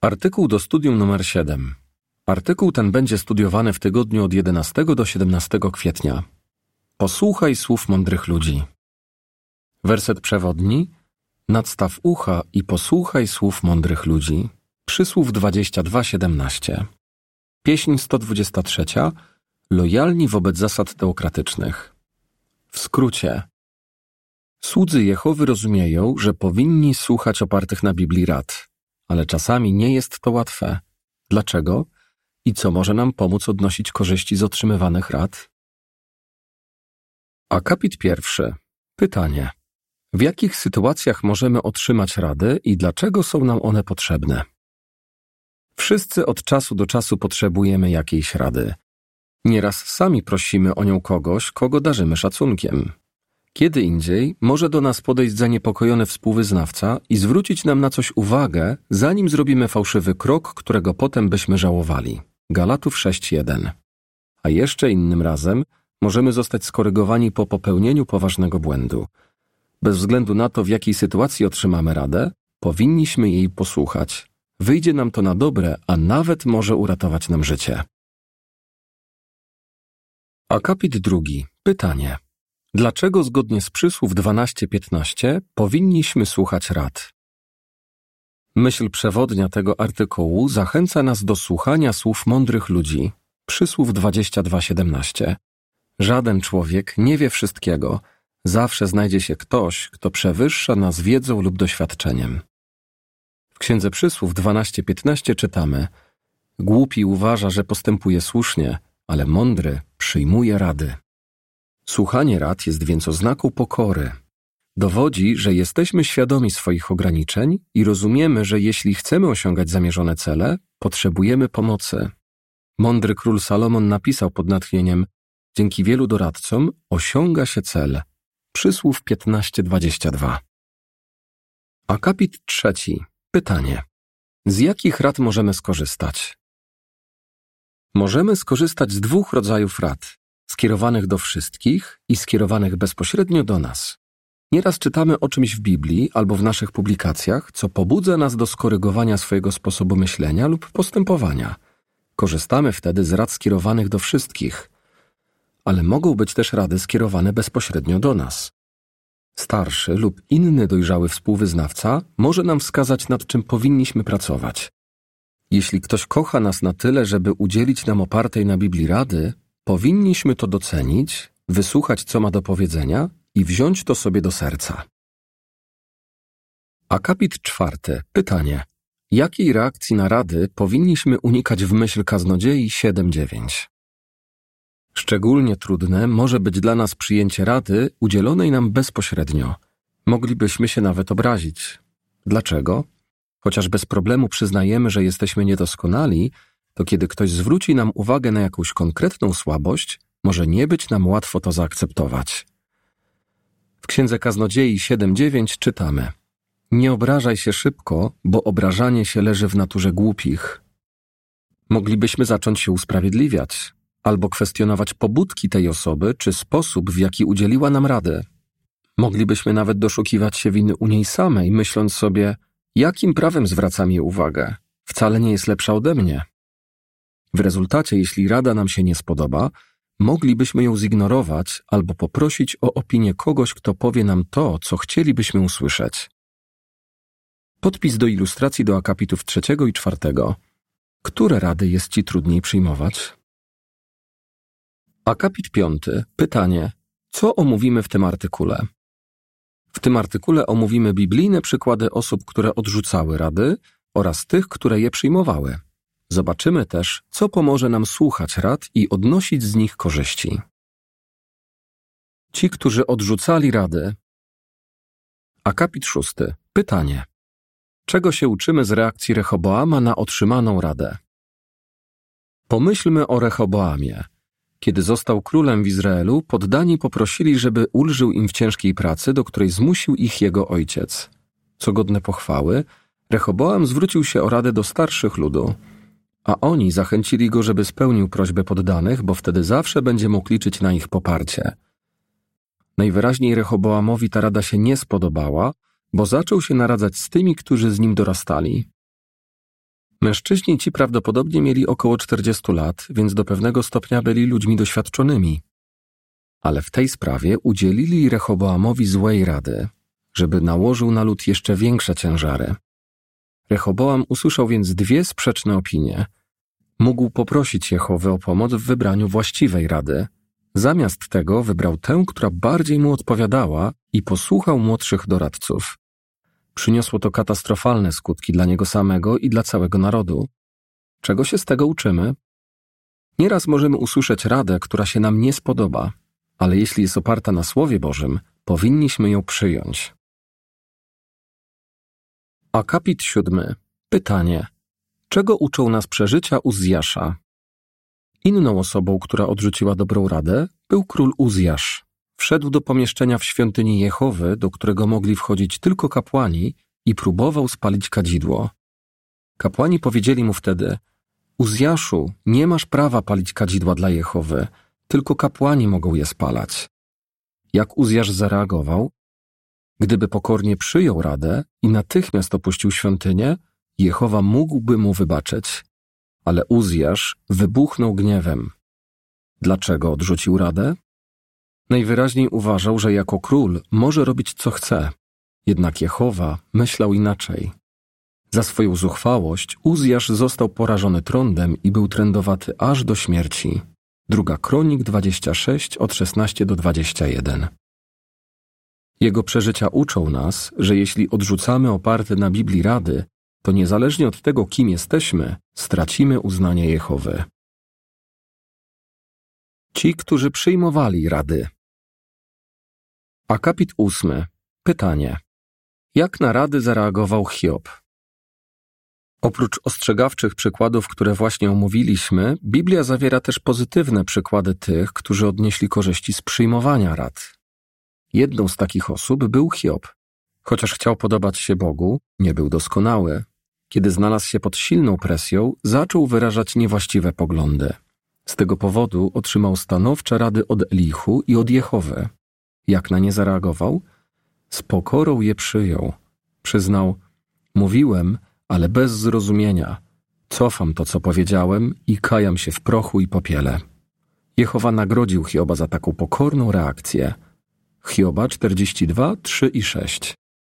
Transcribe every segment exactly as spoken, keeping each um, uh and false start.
Artykuł do studium numer siedem. Artykuł ten będzie studiowany w tygodniu od jedenastego do siedemnastego kwietnia. Posłuchaj słów mądrych ludzi. Werset przewodni. Nadstaw ucha i posłuchaj słów mądrych ludzi. Przysłów dwadzieścia dwa siedemnaście. Pieśń sto dwadzieścia trzy. Lojalni wobec zasad teokratycznych. W skrócie. Słudzy Jehowy rozumieją, że powinni słuchać opartych na Biblii rad, ale czasami nie jest to łatwe. Dlaczego? I co może nam pomóc odnosić korzyści z otrzymywanych rad? Akapit pierwszy. Pytanie. W jakich sytuacjach możemy otrzymać rady i dlaczego są nam one potrzebne? Wszyscy od czasu do czasu potrzebujemy jakiejś rady. Nieraz sami prosimy o nią kogoś, kogo darzymy szacunkiem. Kiedy indziej może do nas podejść zaniepokojony współwyznawca i zwrócić nam na coś uwagę, zanim zrobimy fałszywy krok, którego potem byśmy żałowali. Galatów sześć jeden. A jeszcze innym razem możemy zostać skorygowani po popełnieniu poważnego błędu. Bez względu na to, w jakiej sytuacji otrzymamy radę, powinniśmy jej posłuchać. Wyjdzie nam to na dobre, a nawet może uratować nam życie. Akapit drugi. Pytanie. Dlaczego zgodnie z przysłów dwanaście piętnaście powinniśmy słuchać rad? Myśl przewodnia tego artykułu zachęca nas do słuchania słów mądrych ludzi. Przysłów dwadzieścia dwa siedemnaście. Żaden człowiek nie wie wszystkiego. Zawsze znajdzie się ktoś, kto przewyższa nas wiedzą lub doświadczeniem. W Księdze Przysłów dwanaście piętnaście czytamy: Głupi uważa, że postępuje słusznie, ale mądry przyjmuje rady. Słuchanie rad jest więc oznaką pokory. Dowodzi, że jesteśmy świadomi swoich ograniczeń i rozumiemy, że jeśli chcemy osiągać zamierzone cele, potrzebujemy pomocy. Mądry król Salomon napisał pod natchnieniem: Dzięki wielu doradcom osiąga się cel. Przysłów piętnaście dwadzieścia dwa. Akapit trzeci. Pytanie. Z jakich rad możemy skorzystać? Możemy skorzystać z dwóch rodzajów rad, skierowanych do wszystkich i skierowanych bezpośrednio do nas. Nieraz czytamy o czymś w Biblii albo w naszych publikacjach, co pobudza nas do skorygowania swojego sposobu myślenia lub postępowania. Korzystamy wtedy z rad skierowanych do wszystkich, ale mogą być też rady skierowane bezpośrednio do nas. Starszy lub inny dojrzały współwyznawca może nam wskazać, nad czym powinniśmy pracować. Jeśli ktoś kocha nas na tyle, żeby udzielić nam opartej na Biblii rady, powinniśmy to docenić, wysłuchać, co ma do powiedzenia i wziąć to sobie do serca. Akapit czwarty. Pytanie. Jakiej reakcji na rady powinniśmy unikać w myśl Kaznodziei siedem dziewięć? Szczególnie trudne może być dla nas przyjęcie rady udzielonej nam bezpośrednio. Moglibyśmy się nawet obrazić. Dlaczego? Chociaż bez problemu przyznajemy, że jesteśmy niedoskonali, to kiedy ktoś zwróci nam uwagę na jakąś konkretną słabość, może nie być nam łatwo to zaakceptować. W Księdze Kaznodziei siedem dziewięć czytamy: Nie obrażaj się szybko, bo obrażanie się leży w naturze głupich. Moglibyśmy zacząć się usprawiedliwiać, albo kwestionować pobudki tej osoby, czy sposób, w jaki udzieliła nam rady. Moglibyśmy nawet doszukiwać się winy u niej samej, myśląc sobie: jakim prawem zwracam jej uwagę? Wcale nie jest lepsza ode mnie. W rezultacie, jeśli rada nam się nie spodoba, moglibyśmy ją zignorować albo poprosić o opinię kogoś, kto powie nam to, co chcielibyśmy usłyszeć. Podpis do ilustracji do akapitów trzeciego i czwartego. Które rady jest Ci trudniej przyjmować? Akapit piąty. Pytanie. Co omówimy w tym artykule? W tym artykule omówimy biblijne przykłady osób, które odrzucały rady oraz tych, które je przyjmowały. Zobaczymy też, co pomoże nam słuchać rad i odnosić z nich korzyści. Ci, którzy odrzucali rady. Akapit szósty. Pytanie. Czego się uczymy z reakcji Rehoboama na otrzymaną radę? Pomyślmy o Rehoboamie. Kiedy został królem w Izraelu, poddani poprosili, żeby ulżył im w ciężkiej pracy, do której zmusił ich jego ojciec. Co godne pochwały, Rehoboam zwrócił się o radę do starszych ludu, a oni zachęcili go, żeby spełnił prośbę poddanych, bo wtedy zawsze będzie mógł liczyć na ich poparcie. Najwyraźniej Rehoboamowi ta rada się nie spodobała, bo zaczął się naradzać z tymi, którzy z nim dorastali. Mężczyźni ci prawdopodobnie mieli około czterdziestu lat, więc do pewnego stopnia byli ludźmi doświadczonymi. Ale w tej sprawie udzielili Rehoboamowi złej rady, żeby nałożył na lud jeszcze większe ciężary. Rehoboam usłyszał więc dwie sprzeczne opinie. Mógł poprosić Jehowę o pomoc w wybraniu właściwej rady. Zamiast tego wybrał tę, która bardziej mu odpowiadała i posłuchał młodszych doradców. Przyniosło to katastrofalne skutki dla niego samego i dla całego narodu. Czego się z tego uczymy? Nieraz możemy usłyszeć radę, która się nam nie spodoba, ale jeśli jest oparta na Słowie Bożym, powinniśmy ją przyjąć. Akapit siódmy. Pytanie. Czego uczą nas przeżycia Uzjasza? Inną osobą, która odrzuciła dobrą radę, był król Uzjasz. Wszedł do pomieszczenia w świątyni Jehowy, do którego mogli wchodzić tylko kapłani, i próbował spalić kadzidło. Kapłani powiedzieli mu wtedy: Uzjaszu, nie masz prawa palić kadzidła dla Jehowy, tylko kapłani mogą je spalać. Jak Uzjasz zareagował? Gdyby pokornie przyjął radę i natychmiast opuścił świątynię, Jehowa mógłby mu wybaczyć. Ale Uzjasz wybuchnął gniewem. Dlaczego odrzucił radę? Najwyraźniej uważał, że jako król może robić co chce. Jednak Jehowa myślał inaczej. Za swoją zuchwałość Uzjasz został porażony trądem i był trędowaty aż do śmierci. Druga Kronik dwadzieścia sześć od szesnaście do dwudziestu jeden. Jego przeżycia uczą nas, że jeśli odrzucamy oparte na Biblii rady, to niezależnie od tego, kim jesteśmy, stracimy uznanie Jehowy. Ci, którzy przyjmowali rady. Akapit ósmy. Pytanie. Jak na rady zareagował Hiob? Oprócz ostrzegawczych przykładów, które właśnie omówiliśmy, Biblia zawiera też pozytywne przykłady tych, którzy odnieśli korzyści z przyjmowania rad. Jedną z takich osób był Hiob. Chociaż chciał podobać się Bogu, nie był doskonały. Kiedy znalazł się pod silną presją, zaczął wyrażać niewłaściwe poglądy. Z tego powodu otrzymał stanowcze rady od Elihu i od Jehowy. Jak na nie zareagował? Z pokorą je przyjął. Przyznał: mówiłem, ale bez zrozumienia. Cofam to, co powiedziałem i kajam się w prochu i popiele. Jehowa nagrodził Hioba za taką pokorną reakcję. Hioba czterdzieści dwa, trzy i sześć.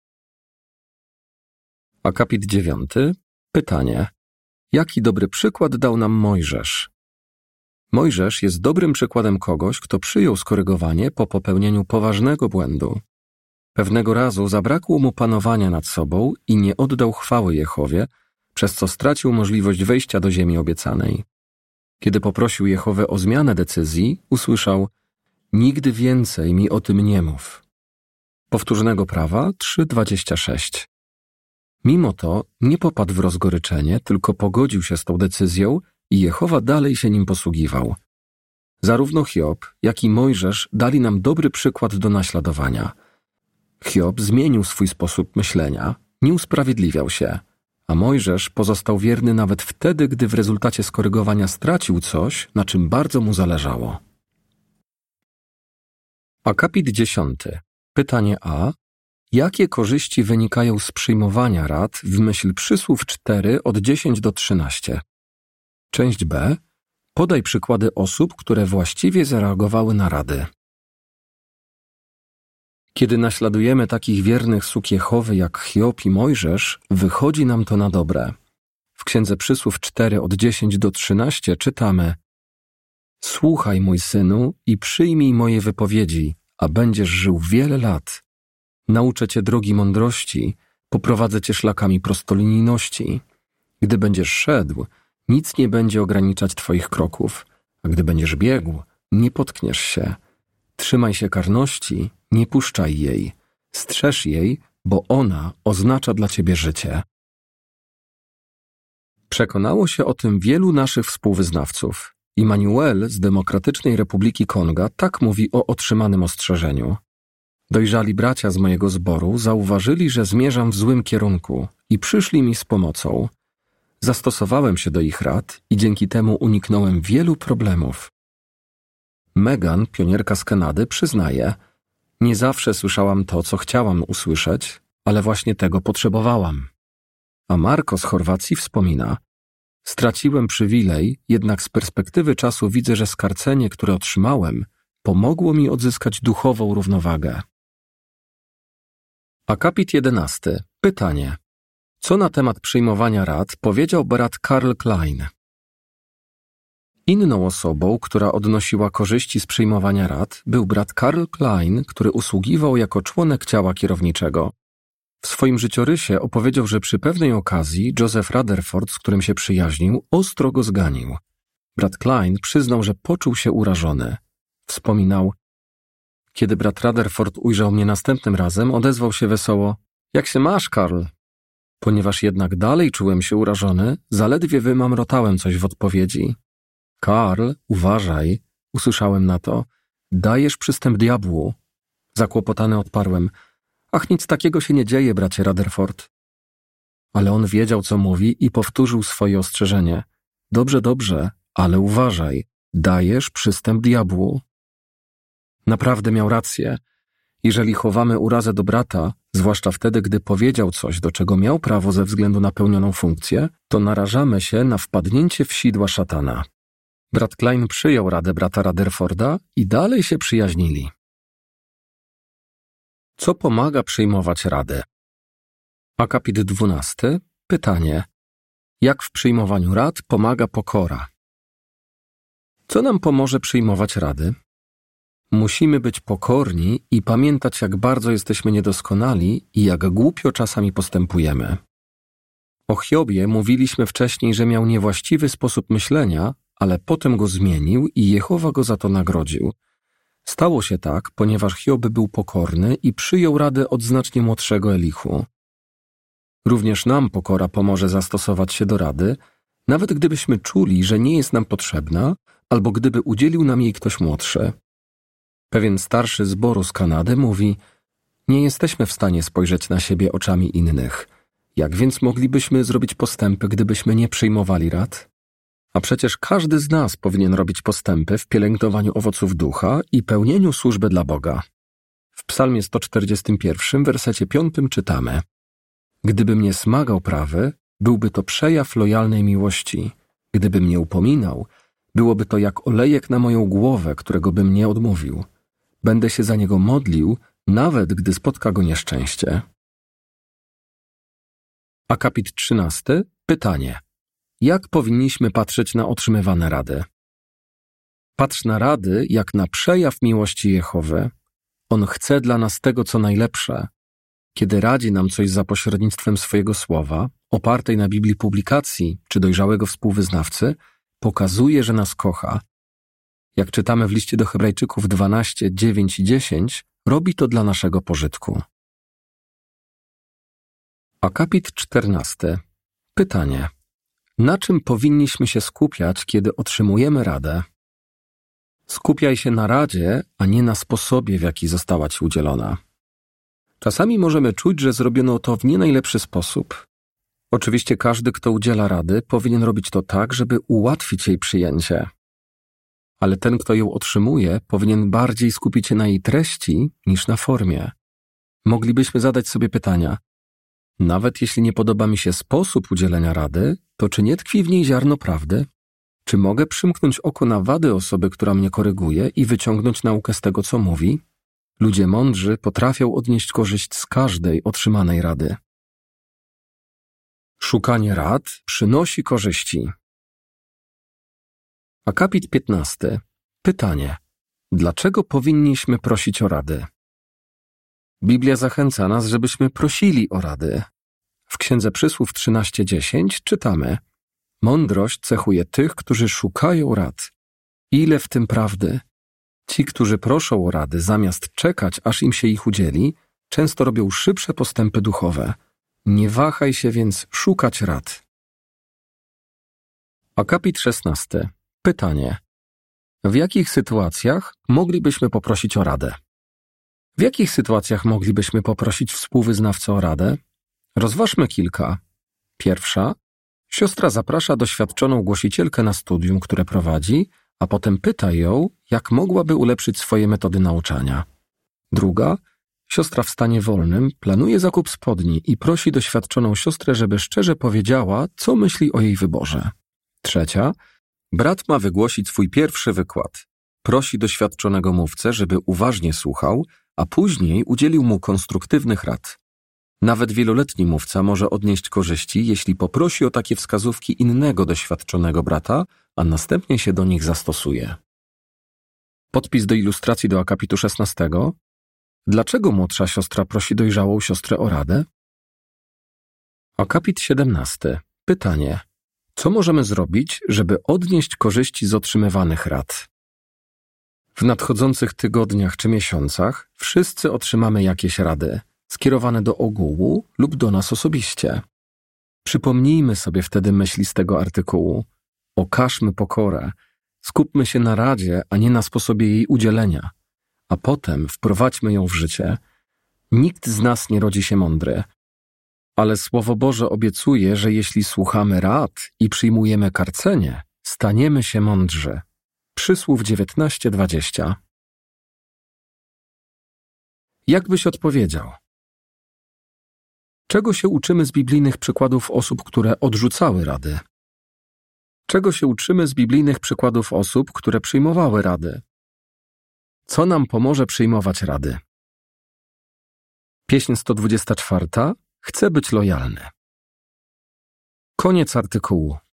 Akapit dziewiąty. Pytanie. Jaki dobry przykład dał nam Mojżesz? Mojżesz jest dobrym przykładem kogoś, kto przyjął skorygowanie po popełnieniu poważnego błędu. Pewnego razu zabrakło mu panowania nad sobą i nie oddał chwały Jehowie, przez co stracił możliwość wejścia do ziemi obiecanej. Kiedy poprosił Jehowę o zmianę decyzji, usłyszał: nigdy więcej mi o tym nie mów. Powtórzonego prawa trzy dwadzieścia sześć. Mimo to nie popadł w rozgoryczenie, tylko pogodził się z tą decyzją i Jehowa dalej się nim posługiwał. Zarówno Hiob, jak i Mojżesz dali nam dobry przykład do naśladowania. Hiob zmienił swój sposób myślenia, nie usprawiedliwiał się, a Mojżesz pozostał wierny nawet wtedy, gdy w rezultacie skorygowania stracił coś, na czym bardzo mu zależało. Akapit dziesiąty. Pytanie A. Jakie korzyści wynikają z przyjmowania rad w myśl przysłów cztery od dziesięć do trzynastu? Część B. Podaj przykłady osób, które właściwie zareagowały na rady. Kiedy naśladujemy takich wiernych sług Jehowy jak Hiob i Mojżesz, wychodzi nam to na dobre. W Księdze Przysłów cztery od dziesięć do trzynastu czytamy: Słuchaj, mój synu, i przyjmij moje wypowiedzi, a będziesz żył wiele lat. Nauczę cię drogi mądrości, poprowadzę cię szlakami prostolinijności. Gdy będziesz szedł, nic nie będzie ograniczać twoich kroków, a gdy będziesz biegł, nie potkniesz się. Trzymaj się karności, nie puszczaj jej. Strzeż jej, bo ona oznacza dla ciebie życie. Przekonało się o tym wielu naszych współwyznawców. Immanuel z Demokratycznej Republiki Konga tak mówi o otrzymanym ostrzeżeniu. Dojrzali bracia z mojego zboru zauważyli, że zmierzam w złym kierunku i przyszli mi z pomocą. Zastosowałem się do ich rad i dzięki temu uniknąłem wielu problemów. Megan, pionierka z Kanady, przyznaje: nie zawsze słyszałam to, co chciałam usłyszeć, ale właśnie tego potrzebowałam. A Marko z Chorwacji wspomina: Straciłem przywilej, jednak z perspektywy czasu widzę, że skarcenie, które otrzymałem, pomogło mi odzyskać duchową równowagę. Akapit jedenasty. Pytanie. Co na temat przyjmowania rad powiedział brat Karl Klein? Inną osobą, która odnosiła korzyści z przyjmowania rad, był brat Karl Klein, który usługiwał jako członek ciała kierowniczego. W swoim życiorysie opowiedział, że przy pewnej okazji Joseph Rutherford, z którym się przyjaźnił, ostro go zganił. Brat Klein przyznał, że poczuł się urażony. Wspominał: kiedy brat Rutherford ujrzał mnie następnym razem, odezwał się wesoło: jak się masz, Karl? Ponieważ jednak dalej czułem się urażony, zaledwie wymamrotałem coś w odpowiedzi. Karl, uważaj, usłyszałem na to, dajesz przystęp diabłu. Zakłopotany odparłem: ach, nic takiego się nie dzieje, bracie Rutherford. Ale on wiedział, co mówi i powtórzył swoje ostrzeżenie. Dobrze, dobrze, ale uważaj, dajesz przystęp diabłu. Naprawdę miał rację. Jeżeli chowamy urazę do brata, zwłaszcza wtedy, gdy powiedział coś, do czego miał prawo ze względu na pełnioną funkcję, to narażamy się na wpadnięcie w sidła szatana. Brat Klein przyjął radę brata Rutherforda i dalej się przyjaźnili. Co pomaga przyjmować rady? Akapit dwunasty. Pytanie. Jak w przyjmowaniu rad pomaga pokora? Co nam pomoże przyjmować rady? Musimy być pokorni i pamiętać, jak bardzo jesteśmy niedoskonali i jak głupio czasami postępujemy. O Hiobie mówiliśmy wcześniej, że miał niewłaściwy sposób myślenia, ale potem go zmienił i Jehowa go za to nagrodził. Stało się tak, ponieważ Hiob był pokorny i przyjął radę od znacznie młodszego Elihu. Również nam pokora pomoże zastosować się do rady, nawet gdybyśmy czuli, że nie jest nam potrzebna, albo gdyby udzielił nam jej ktoś młodszy. Pewien starszy zboru z Kanady mówi: nie jesteśmy w stanie spojrzeć na siebie oczami innych. Jak więc moglibyśmy zrobić postępy, gdybyśmy nie przyjmowali rad? A przecież każdy z nas powinien robić postępy w pielęgnowaniu owoców ducha i pełnieniu służby dla Boga. W Psalmie sto czterdziestym pierwszym, wersecie piątym czytamy: gdybym nie smagał prawy, byłby to przejaw lojalnej miłości. Gdybym mnie upominał, byłoby to jak olejek na moją głowę, którego bym nie odmówił. Będę się za niego modlił, nawet gdy spotka go nieszczęście. Akapit trzynasty. Pytanie. Jak powinniśmy patrzeć na otrzymywane rady? Patrz na rady jak na przejaw miłości Jehowy. On chce dla nas tego, co najlepsze. Kiedy radzi nam coś za pośrednictwem swojego słowa, opartej na Biblii publikacji czy dojrzałego współwyznawcy, pokazuje, że nas kocha. Jak czytamy w liście do Hebrajczyków dwanaście, dziewięć i dziesięć, robi to dla naszego pożytku. Akapit czternasty. Pytanie. Na czym powinniśmy się skupiać, kiedy otrzymujemy radę? Skupiaj się na radzie, a nie na sposobie, w jaki została ci udzielona. Czasami możemy czuć, że zrobiono to w nie najlepszy sposób. Oczywiście każdy, kto udziela rady, powinien robić to tak, żeby ułatwić jej przyjęcie. Ale ten, kto ją otrzymuje, powinien bardziej skupić się na jej treści niż na formie. Moglibyśmy zadać sobie pytania: nawet jeśli nie podoba mi się sposób udzielenia rady, to czy nie tkwi w niej ziarno prawdy? Czy mogę przymknąć oko na wady osoby, która mnie koryguje i wyciągnąć naukę z tego, co mówi? Ludzie mądrzy potrafią odnieść korzyść z każdej otrzymanej rady. Szukanie rad przynosi korzyści. Akapit piętnasty. Pytanie. Dlaczego powinniśmy prosić o rady? Biblia zachęca nas, żebyśmy prosili o rady. W Księdze Przysłów trzynaście dziesięć czytamy: mądrość cechuje tych, którzy szukają rad. Ile w tym prawdy? Ci, którzy proszą o rady, zamiast czekać, aż im się ich udzieli, często robią szybsze postępy duchowe. Nie wahaj się więc szukać rad. Akapit szesnasty. Pytanie. W jakich sytuacjach moglibyśmy poprosić o radę? W jakich sytuacjach moglibyśmy poprosić współwyznawcę o radę? Rozważmy kilka. Pierwsza. Siostra zaprasza doświadczoną głosicielkę na studium, które prowadzi, a potem pyta ją, jak mogłaby ulepszyć swoje metody nauczania. Druga. Siostra w stanie wolnym planuje zakup spodni i prosi doświadczoną siostrę, żeby szczerze powiedziała, co myśli o jej wyborze. trzecia. Brat ma wygłosić swój pierwszy wykład. Prosi doświadczonego mówcę, żeby uważnie słuchał, a później udzielił mu konstruktywnych rad. Nawet wieloletni mówca może odnieść korzyści, jeśli poprosi o takie wskazówki innego doświadczonego brata, a następnie się do nich zastosuje. Podpis do ilustracji do akapitu szesnastego. Dlaczego młodsza siostra prosi dojrzałą siostrę o radę? Akapit siedemnasty. Pytanie. Co możemy zrobić, żeby odnieść korzyści z otrzymywanych rad? W nadchodzących tygodniach czy miesiącach wszyscy otrzymamy jakieś rady, skierowane do ogółu lub do nas osobiście. Przypomnijmy sobie wtedy myśli z tego artykułu. Okażmy pokorę. Skupmy się na radzie, a nie na sposobie jej udzielenia. A potem wprowadźmy ją w życie. Nikt z nas nie rodzi się mądry. Ale Słowo Boże obiecuje, że jeśli słuchamy rad i przyjmujemy karcenie, staniemy się mądrzy. Przysłów dziewiętnaście dwadzieścia. Jak byś odpowiedział? Czego się uczymy z biblijnych przykładów osób, które odrzucały rady? Czego się uczymy z biblijnych przykładów osób, które przyjmowały rady? Co nam pomoże przyjmować rady? Pieśń sto dwudziesta czwarta. Chcę być lojalny. Koniec artykułu.